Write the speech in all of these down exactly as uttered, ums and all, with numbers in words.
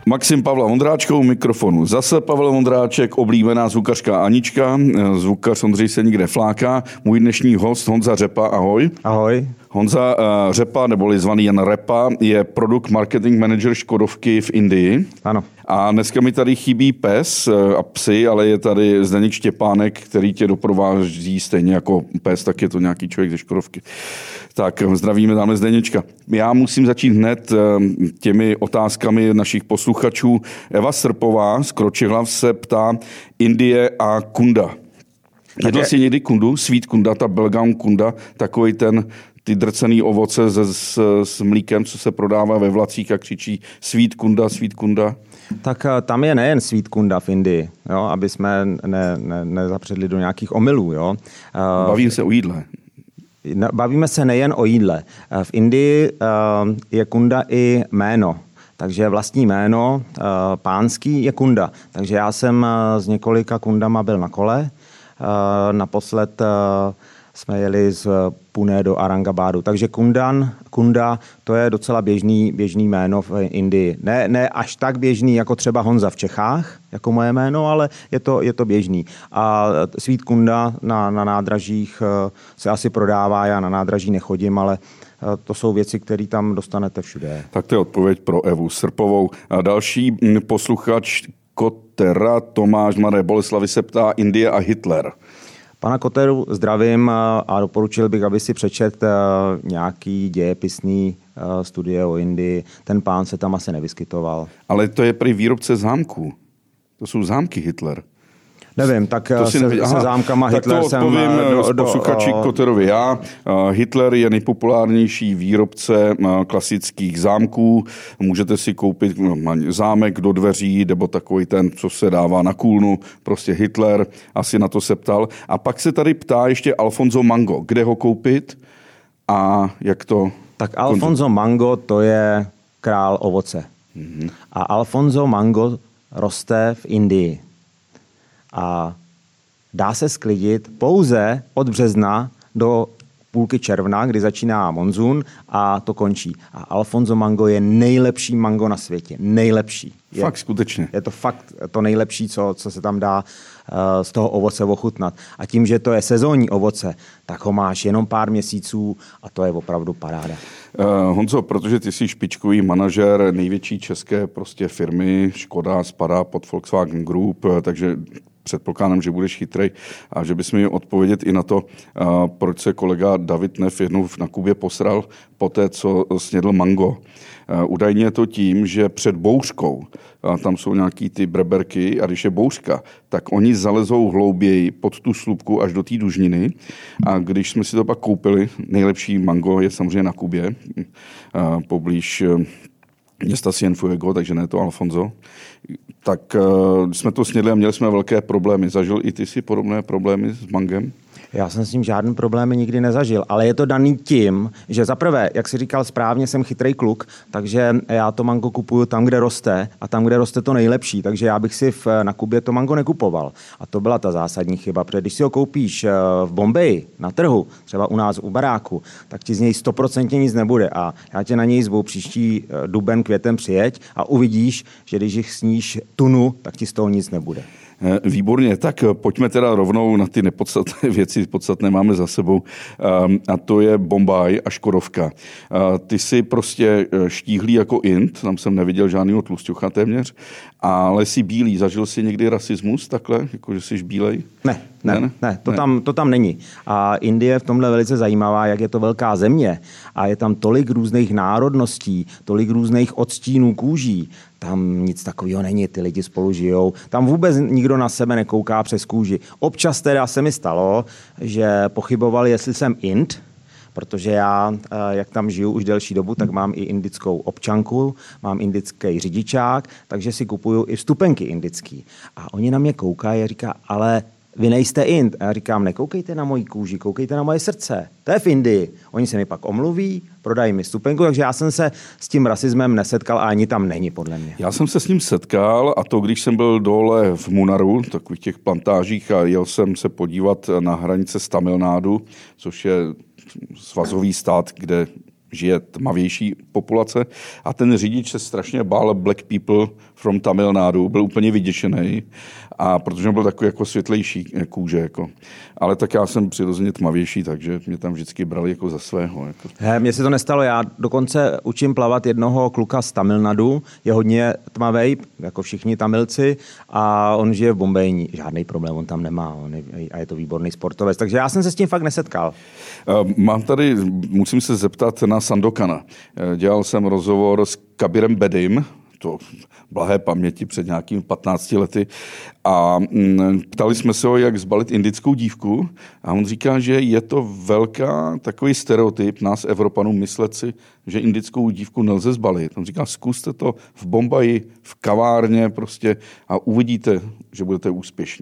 Maxim Pavla Vondráčka u mikrofonu. Zase Pavel Vondráček, oblíbená zvukařka Anička, zvukař Ondřej se nikde fláká. Můj dnešní host Honza Řepa, ahoj. Ahoj. Honza uh, Řepa, neboli zvaný Jan Repa, je product marketing manager Škodovky v Indii. Ano. A dneska mi tady chybí pes a psy, ale je tady Zdeněk Štěpánek, který tě doprovází stejně jako pes, tak je to nějaký člověk ze Škodovky. Tak zdravíme, dáme Zdeněčka. Já musím začít hned těmi otázkami našich posluchačů. Eva Srpová z Kročihlav se ptá Indie a kunda. Jedl jsi někdy kundu? Sweet kunda, ta Belgaum kunda, takový ten ty drcený ovoce s, s, s mlíkem, co se prodává ve vlacích a křičí sweet kunda, sweet kunda. Tak tam je nejen sweet kunda v Indii, jo, aby jsme ne, ne, nezapředli do nějakých omylů. Jo. Bavíme se o jídle. Bavíme se nejen o jídle. V Indii je kunda i jméno. Takže vlastní jméno pánský je kunda. Takže já jsem s několika kundama byl na kole. Naposled jsme jeli z Pune do Aurangabadu. Takže kundan, kunda, to je docela běžný, běžný jméno v Indii. Ne, ne až tak běžný, jako třeba Honza v Čechách, jako moje jméno, ale je to, je to běžný. A sweet kunda na, na nádražích se asi prodává, já na nádraží nechodím, ale to jsou věci, které tam dostanete všude. Tak to je odpověď pro Evu Srpovou. A další posluchač Kotera Tomáš Maré Boleslavy se ptá Indie a Hitler. Pana Koteru zdravím a doporučil bych, aby si přečet nějaký dějepisný studie o Indii. Ten pán se tam asi nevyskytoval. Ale to je prý výrobce zámků. To jsou zámky Hitler. Nevím, tak se, se zámkama Hitler jsem... Tak to odpovím do, posluchači do, Koterovi já. Hitler je nejpopulárnější výrobce klasických zámků. Můžete si koupit zámek do dveří, nebo takový ten, co se dává na kůlnu. Prostě Hitler, asi na to se ptal. A pak se tady ptá ještě Alfonso Mango. Kde ho koupit a jak to... Tak Alfonso Mango, to je král ovoce. Mm-hmm. A Alfonso Mango roste v Indii. A dá se sklidit pouze od března do půlky června, kdy začíná monzun a to končí. A Alfonso Mango je nejlepší mango na světě. Nejlepší. Je, fakt, skutečně. Je to fakt to nejlepší, co, co se tam dá uh, z toho ovoce ochutnat. A tím, že to je sezónní ovoce, tak ho máš jenom pár měsíců a to je opravdu paráda. Uh, Honzo, protože ty jsi špičkový manažer největší české prostě firmy, Škoda spadá pod Volkswagen Group, takže předpokládám, že budeš chytrej a že bys mi odpovědět i na to, proč se kolega David Neff jednou na Kubě posral po té, co snědl mango. Údajně je to tím, že před bouřkou, tam jsou nějaký ty breberky a když je bouřka, tak oni zalezou hlouběji pod tu slupku až do té dužniny a když jsme si to pak koupili, nejlepší mango je samozřejmě na Kubě, poblíž města Cienfuegos, takže ne to Alfonso, tak uh, jsme to snědli a měli jsme velké problémy. Zažil i ty si podobné problémy s mangem? Já jsem s tím žádný problémy nikdy nezažil, ale je to daný tím, že zaprvé, jak jsi říkal správně, jsem chytrý kluk, takže já to mango kupuju tam, kde roste a tam, kde roste to nejlepší, takže já bych si v, na Kubě to mango nekupoval. A to byla ta zásadní chyba, protože když si ho koupíš v Bombeji na trhu, třeba u nás u baráku, tak ti z něj stoprocentně nic nebude a já tě na něj zvu příští duben, květem přijeď a uvidíš, že když jich sníš tunu, tak ti z toho nic nebude. Výborně, tak pojďme teda rovnou na ty nepodstatné věci, podstatné máme za sebou a to je Bombaj a Škodovka. Ty jsi prostě štíhlý jako Ind, tam jsem neviděl žádnýho tlusťucha téměř, ale jsi bílý. Zažil jsi někdy rasismus takhle, jako že jsi bílej? Ne, ne, ne, ne, to, ne. Tam, to tam není. A Indie je v tomhle velice zajímavá, jak je to velká země a je tam tolik různých národností, tolik různých odstínů kůží. Tam nic takového není, ty lidi spolu žijou. Tam vůbec nikdo na sebe nekouká přes kůži. Občas teda se mi stalo, že pochybovali, jestli jsem Ind, protože já, jak tam žiju už delší dobu, tak mám i indickou občanku, mám indický řidičák, takže si kupuju i vstupenky indický. A oni na mě koukají a říká, ale vy nejste Ind. A já říkám, nekoukejte na moji kůži, koukejte na moje srdce. To je v Indii. Oni se mi pak omluví, prodají mi vstupenku, takže já jsem se s tím rasismem nesetkal a ani tam není, podle mě. Já jsem se s ním setkal a to, když jsem byl dole v Munaru, takových těch plantážích a jel jsem se podívat na hranice s Tamil Nádu, což je svazový stát, kde žije tmavější populace a ten řidič se strašně bál black people from Tamil Nadu, byl úplně vyděšený, a protože byl takový jako světlejší kůže. Jako. Ale tak já jsem přirozeně tmavější, takže mě tam vždycky brali jako za svého. Jako. He, mně se to nestalo, já dokonce učím plavat jednoho kluka z Tamil Nadu, je hodně tmavej, jako všichni Tamilci, a on žije v Bombeji, žádný problém on tam nemá on je, a je to výborný sportovec, takže já jsem se s tím fakt nesetkal. Mám tady, musím se zeptat na Sandokana. Dělal jsem rozhovor s Kabirem Bedim, to blahé paměti před nějakými patnácti lety, a ptali jsme se ho, jak zbalit indickou dívku, a on říká, že je to velká takový stereotyp nás Evropanů myslet si, že indickou dívku nelze zbalit. On říká, zkuste to v Bombaji, v kavárně prostě a uvidíte, že budete úspěšní.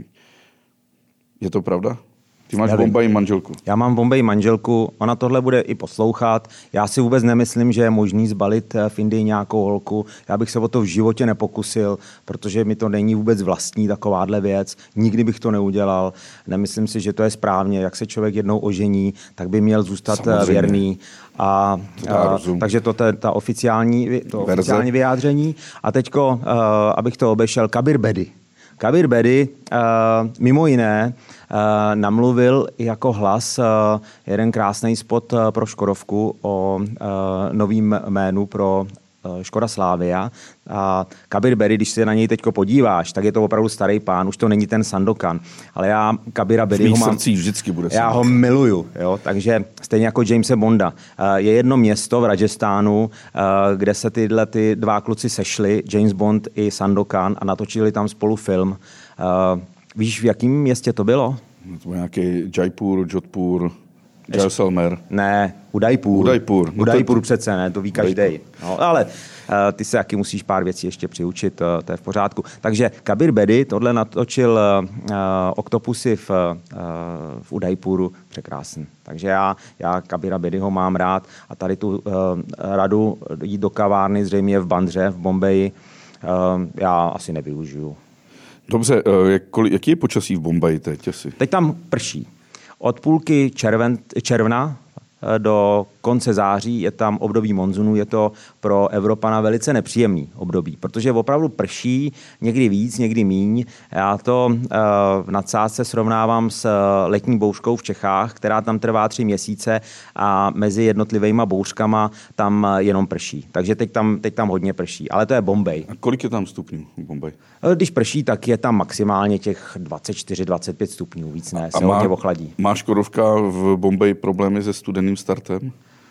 Je to pravda? Ty máš v Bombaji manželku. Já mám v Bombaji manželku, ona tohle bude i poslouchat. Já si vůbec nemyslím, že je možný zbalit v Indii nějakou holku. Já bych se o to v životě nepokusil, protože mi to není vůbec vlastní takováhle věc. Nikdy bych to neudělal. Nemyslím si, že to je správně. Jak se člověk jednou ožení, tak by měl zůstat Samozřejmě. věrný. A, a, takže to je ta oficiální, to oficiální vyjádření. A teďko, uh, abych to obešel, Kabir Bedi. Kabir Bedi uh, mimo jiné uh, namluvil jako hlas uh, jeden krásný spot uh, pro Škodovku o uh, novým jménu pro uh, Škoda Slavia. A Kabir Bedi, když se na něj teďko podíváš, tak je to opravdu starý pán, už to není ten Sandokan, ale já Kabira Bediho mám, vždycky bude já ho miluju, jo? Takže stejně jako Jamese Bonda. Je jedno město v Rajasthánu, kde se tyhle ty dva kluci sešli, James Bond i Sandokan, a natočili tam spolu film. Víš, v jakém městě to bylo? To byl nějaký Jaipur, Jodhpur, Jaisalmer. Ne, Udaipur. Udaipur. No Udaipur to... přece, ne, to ví každý. No, ale uh, ty se taky musíš pár věcí ještě přiučit, uh, to je v pořádku. Takže Kabir Bedi tohle natočil uh, Oktopusy v, uh, v Udaipuru, překrásný. Takže já, já Kabira Bediho mám rád a tady tu uh, radu jít do kavárny zřejmě v Bandře, v Bombeji, uh, já asi nevyužiju. Dobře, uh, jak, jaký je počasí v Bombeji teď asi? Teď tam prší. Od půlky červen, června do konce září je tam období monzunu, je to pro Evropana velice nepříjemný období, protože opravdu prší, někdy víc, někdy míň. Já to uh, v nadsázce srovnávám s letní bouřkou v Čechách, která tam trvá tři měsíce a mezi jednotlivýma bouřkama tam jenom prší. Takže teď tam, teď tam hodně prší, ale to je Bombay. A kolik je tam stupňů v Bombay? Když prší, tak je tam maximálně těch dvacet čtyři dvacet pět stupňů, víc ne, se hodně ochladí. Má Škodovka v Bombaji problémy se studeným startem?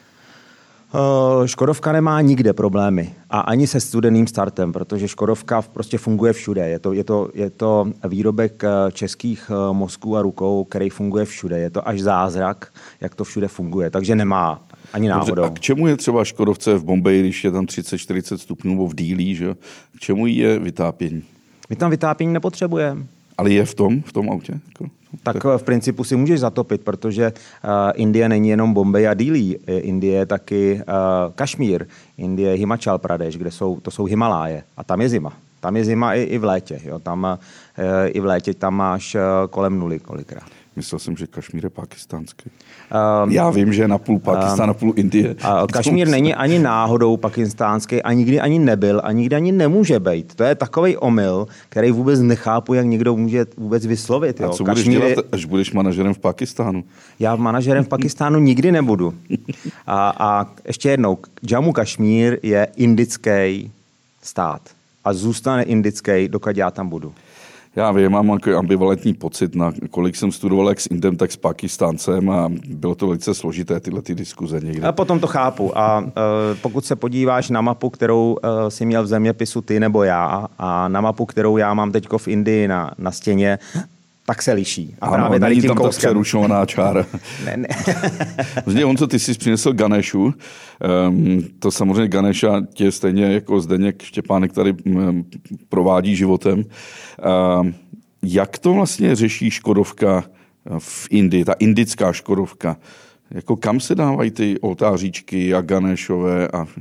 Škodovka nemá nikde problémy a ani se studeným startem, protože Škodovka prostě funguje všude. Je to, je to, je to výrobek českých mozků a rukou, který funguje všude. Je to až zázrak, jak to všude funguje, takže nemá ani náhodou. Dobře, a k čemu je třeba Škodovce v Bombaji, když je tam třicet čtyřicet stupňů nebo v Dílí, že? K čemu je vytápění? My tam vytápění nepotřebujeme. Ale je v tom, v tom autě? Jako, tak v principu si můžeš zatopit, protože uh, Indie není jenom Bombay a Dili. Indie je taky uh, Kašmír, Indie je Himachal Pradesh, kde jsou, to jsou Himaláje. A tam je zima. Tam je zima i, i v létě. Jo. Tam, uh, I v létě tam máš uh, kolem nuly kolikrát. Myslel jsem, že Kašmír je pakistánský. Um, Já vím, že je na půl Pakistán, um, na půl Indie. Uh, Kašmír není ani náhodou pakistánský a nikdy ani nebyl a nikdy ani nemůže být. To je takovej omyl, který vůbec nechápu, jak někdo může vůbec vyslovit. Jo. A co budeš Kašmír dělat, je... až budeš manažerem v Pakistánu? Já manažerem v Pakistánu nikdy nebudu. A, a ještě jednou, Jammu Kašmír je indický stát a zůstane indický, dokud já tam budu. Já vím, mám jako ambivalentní pocit, na kolik jsem studoval jak s Indem, tak s Pakistáncem a bylo to velice složité, tyhle ty diskuze někde. A potom to chápu. A uh, pokud se podíváš na mapu, kterou uh, si měl v zeměpisu ty nebo já, a na mapu, kterou já mám teďko v Indii na, na stěně, tak se liší. A ano, právě tady není tím tam kouskem... ta přerušovaná čára. ne, ne. Zde, on, co ty jsi přinesl Ganešu, um, to samozřejmě Ganeša tě stejně jako Zdeněk Štěpánek tady um, provádí životem. Um, jak to vlastně řeší Škodovka v Indii, ta indická Škodovka? Jako kam se dávají ty oltáříčky a Ganešové a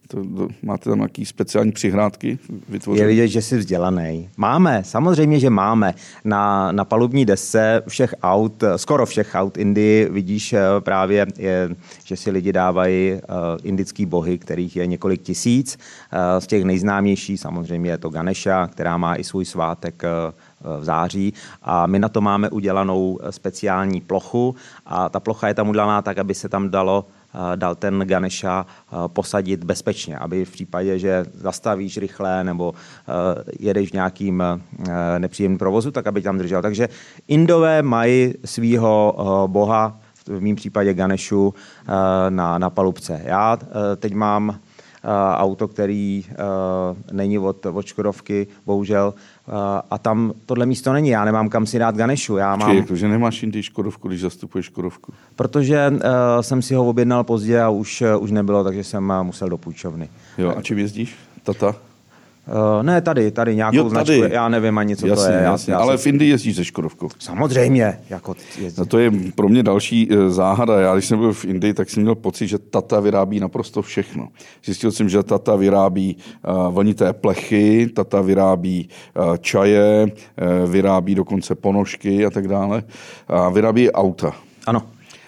To, to, máte tam nějaký speciální přihrádky vytvořené? Je vidět, že jsi vzdělaný. Máme, samozřejmě, že máme. Na, na palubní desce všech aut, skoro všech aut Indii vidíš právě, je, že si lidi dávají uh, indický bohy, kterých je několik tisíc. Uh, z těch nejznámějších samozřejmě je to Ganesha, která má i svůj svátek uh, v září a my na to máme udělanou speciální plochu a ta plocha je tam udělaná tak, aby se tam dalo dal ten Ganesha posadit bezpečně, aby v případě, že zastavíš rychle nebo jedeš v nějakým nepříjemným provozu, tak aby tam držel. Takže Indové mají svýho boha, v mém případě Ganeshu, na, na palubce. Já teď mám auto, který není od, od Škodovky, bohužel, a tam tohle místo není. Já nemám kam si dát Ganeshu. Já mám... Jak to, že nemáš jindy Škodovku, když zastupuješ Škodovku? Protože uh, jsem si ho objednal pozdě a už, uh, už nebylo, takže jsem uh, musel do půjčovny. Jo, a čím jezdíš? Tata? Uh, ne, tady, tady nějakou jo, tady. značku, já nevím ani, co jasně, to je. Jasně, já, já ale si... v Indii jezdíš se Škodovkou. Samozřejmě. Jako no to je pro mě další uh, záhada. Já, když jsem byl v Indii, tak jsem měl pocit, že Tata vyrábí naprosto všechno. Zjistil jsem, že Tata vyrábí uh, vlnité plechy, Tata vyrábí uh, čaje, uh, vyrábí dokonce ponožky a tak dále. A vyrábí auta. Ano.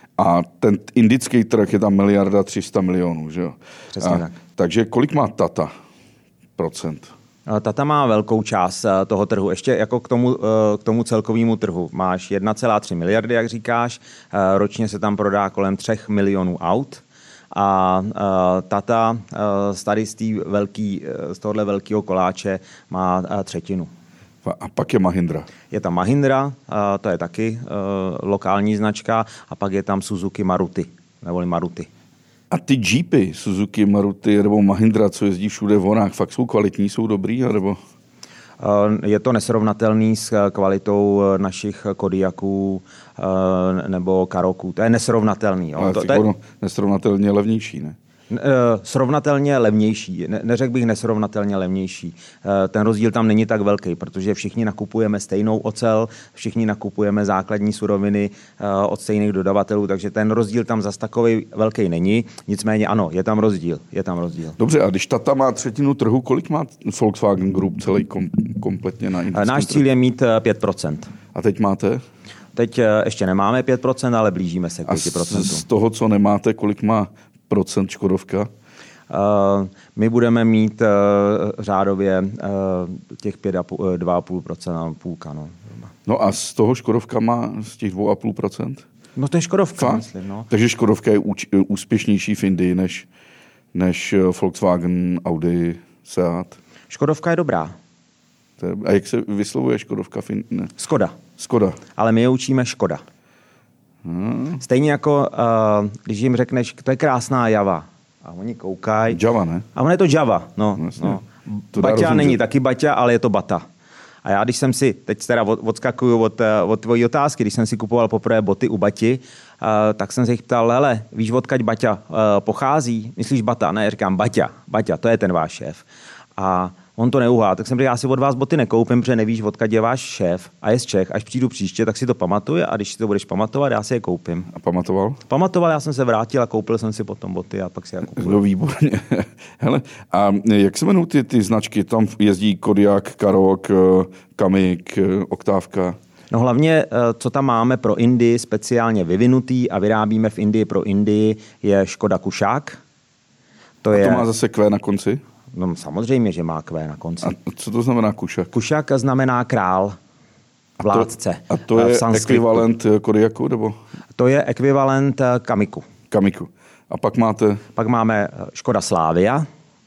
A ten indický trh je tam miliarda tři sta milionů, že jo? Přesně a, tak. Takže kolik má Tata procent? Tata má velkou část toho trhu. Ještě jako k tomu, k tomu celkovému trhu. Máš jedna celá tři miliardy, jak říkáš. Ročně se tam prodá kolem třech milionů aut. A Tata z tady z, velký, z tohohle velkého koláče má třetinu. A pak je Mahindra. Je tam Mahindra, to je taky lokální značka. A pak je tam Suzuki Maruti, neboli Maruti. A ty Jeepy, Suzuki, Maruti nebo Mahindra, co jezdí všude v horách, fakt jsou kvalitní, jsou dobrý? Nebo? Je to nesrovnatelný s kvalitou našich Kodiaků nebo Karoků. To je nesrovnatelný. Ale to, to je nesrovnatelně levnější, ne? Srovnatelně levnější. Ne, neřekl bych nesrovnatelně levnější. Ten rozdíl tam není tak velký, protože všichni nakupujeme stejnou ocel, všichni nakupujeme základní suroviny od stejných dodavatelů, takže ten rozdíl tam zas takový velký není. Nicméně ano, je tam rozdíl. Je tam rozdíl. Dobře, a když Tata má třetinu trhu, kolik má Volkswagen Group celý kom, kompletně na indickém Náš cíl je mít pět procent. A teď máte? Teď ještě nemáme pět procent, ale blížíme se k pět procent. A z toho, co nemáte, kolik má procent Škodovka? Uh, my budeme mít uh, řádově uh, těch dva a půl procenta, půlka. No. no a z toho Škodovka má z těch dva a půl procenta? No to je Škodovka, myslím. No. Takže Škodovka je úč, úspěšnější v Indii než, než Volkswagen, Audi, Seat? Škodovka je dobrá. A jak se vyslovuje Škodovka? Ne. Skoda. Skoda. Ale my je učíme Škoda. Hmm. Stejně jako, uh, když jim řekneš, to je krásná Java. A oni koukají. Java, ne? A ono je to Java. No, no. Baťa není že... taky Baťa, ale je to Bata. A já, když jsem si, teď teda odskakuju od, od tvojí otázky, když jsem si kupoval poprvé boty u Bati, uh, tak jsem se jich ptal, hele, víš, odkaď Baťa uh, pochází? Myslíš Bata? Ne, říkám Baťa. Baťa, to je ten váš šéf. A on to neuhá. Tak jsem řekl, já si od vás boty nekoupím, protože nevíš, odkud je váš šéf a je z Čech. Až přijdu příště, tak si to pamatuje a když si to budeš pamatovat, já si je koupím. A pamatoval? Pamatoval, já jsem se vrátil a koupil jsem si potom boty a pak si je koupil. No výborně. Hele, a jak se jmenují ty, ty značky? Tam jezdí Kodiak, Karok, Kamik, Oktávka? No hlavně, co tam máme pro Indii speciálně vyvinutý a vyrábíme v Indii pro Indii, je Škoda Kušák. To a to je... má zase Q na konci? No samozřejmě, že má Q na konci. A co to znamená Kušák? Kušák znamená král, vládce. A to, a to je ekvivalent Kodiaku, nebo? To je ekvivalent Kamiku. Kamiku. A pak máte? Pak máme Škoda Slavia.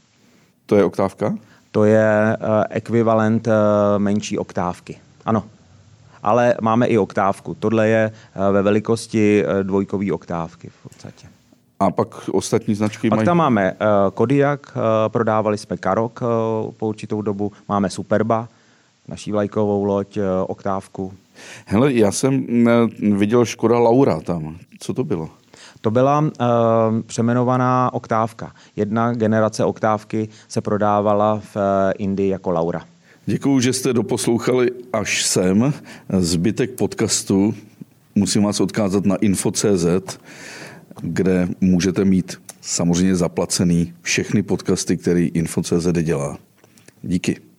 To je Oktávka? To je ekvivalent menší Oktávky. Ano. Ale máme i Oktávku. Tohle je ve velikosti dvojkový Oktávky v podstatě. A pak ostatní značky pak mají? Tam máme uh, Kodiak, uh, prodávali jsme Karok uh, po určitou dobu, máme Superba, naší vlajkovou loď, uh, Oktávku. Hele, já jsem uh, viděl Škoda Laura tam. Co to bylo? To byla uh, přeměnovaná Oktávka. Jedna generace Oktávky se prodávala v uh, Indii jako Laura. Děkuju, že jste doposlouchali až sem. Zbytek podcastu musím vás odkázat na info tečka cé zet, kde můžete mít samozřejmě zaplacený všechny podcasty, který Info tečka cé zet dělá. Díky.